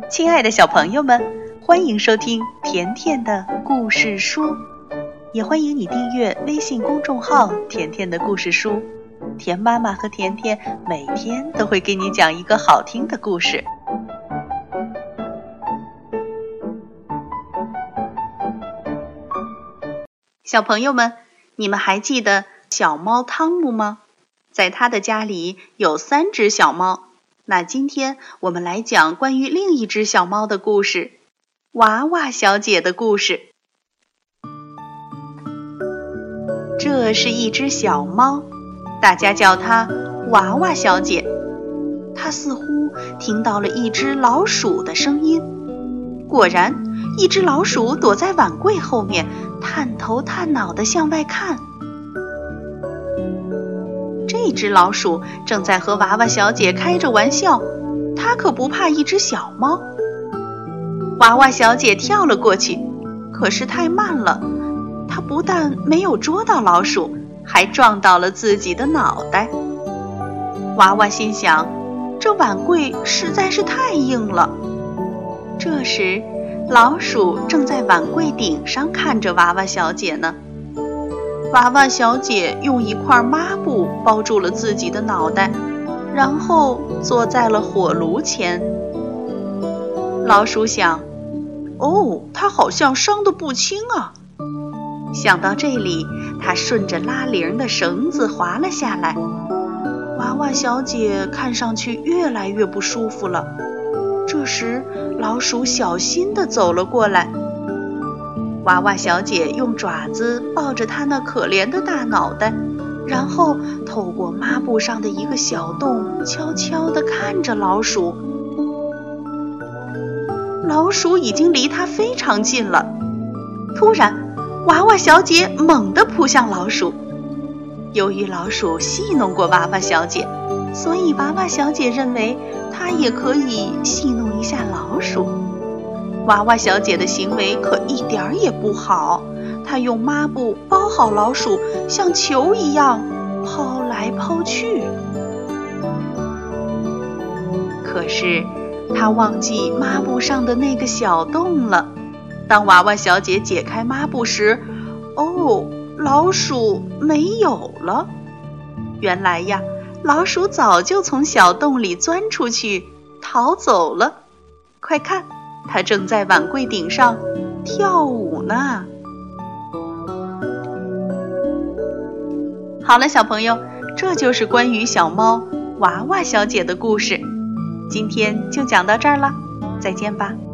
亲爱的小朋友们，欢迎收听甜甜的故事书，也欢迎你订阅微信公众号甜甜的故事书。甜妈妈和甜甜每天都会给你讲一个好听的故事。小朋友们，你们还记得小猫汤姆吗？在他的家里有3只小猫。那今天我们来讲关于另一只小猫的故事，娃娃小姐的故事。这是一只小猫，大家叫它娃娃小姐。她似乎听到了一只老鼠的声音，果然，一只老鼠躲在碗柜后面，探头探脑地向外看。这只老鼠正在和娃娃小姐开着玩笑，它可不怕一只小猫。娃娃小姐跳了过去，可是太慢了，她不但没有捉到老鼠，还撞到了自己的脑袋。娃娃心想，这碗柜实在是太硬了。这时，老鼠正在碗柜顶上看着娃娃小姐呢。娃娃小姐用一块抹布包住了自己的脑袋，然后坐在了火炉前。老鼠想，她好像伤得不轻啊。想到这里，它顺着拉铃的绳子滑了下来。娃娃小姐看上去越来越不舒服了。这时，老鼠小心地走了过来。娃娃小姐用爪子抱着她那可怜的大脑袋，然后透过抹布上的一个小洞，悄悄地看着老鼠。老鼠已经离她非常近了。突然，娃娃小姐猛地扑向老鼠。由于老鼠戏弄过娃娃小姐，所以娃娃小姐认为她也可以戏弄一下老鼠。娃娃小姐的行为可一点儿也不好，她用抹布包好老鼠，像球一样抛来抛去。可是她忘记抹布上的那个小洞了。当娃娃小姐解开抹布时，老鼠没有了。原来呀，老鼠早就从小洞里钻出去逃走了。快看，它正在碗柜顶上跳舞呢。好了，小朋友，这就是关于小猫娃娃小姐的故事。今天就讲到这儿了，再见吧。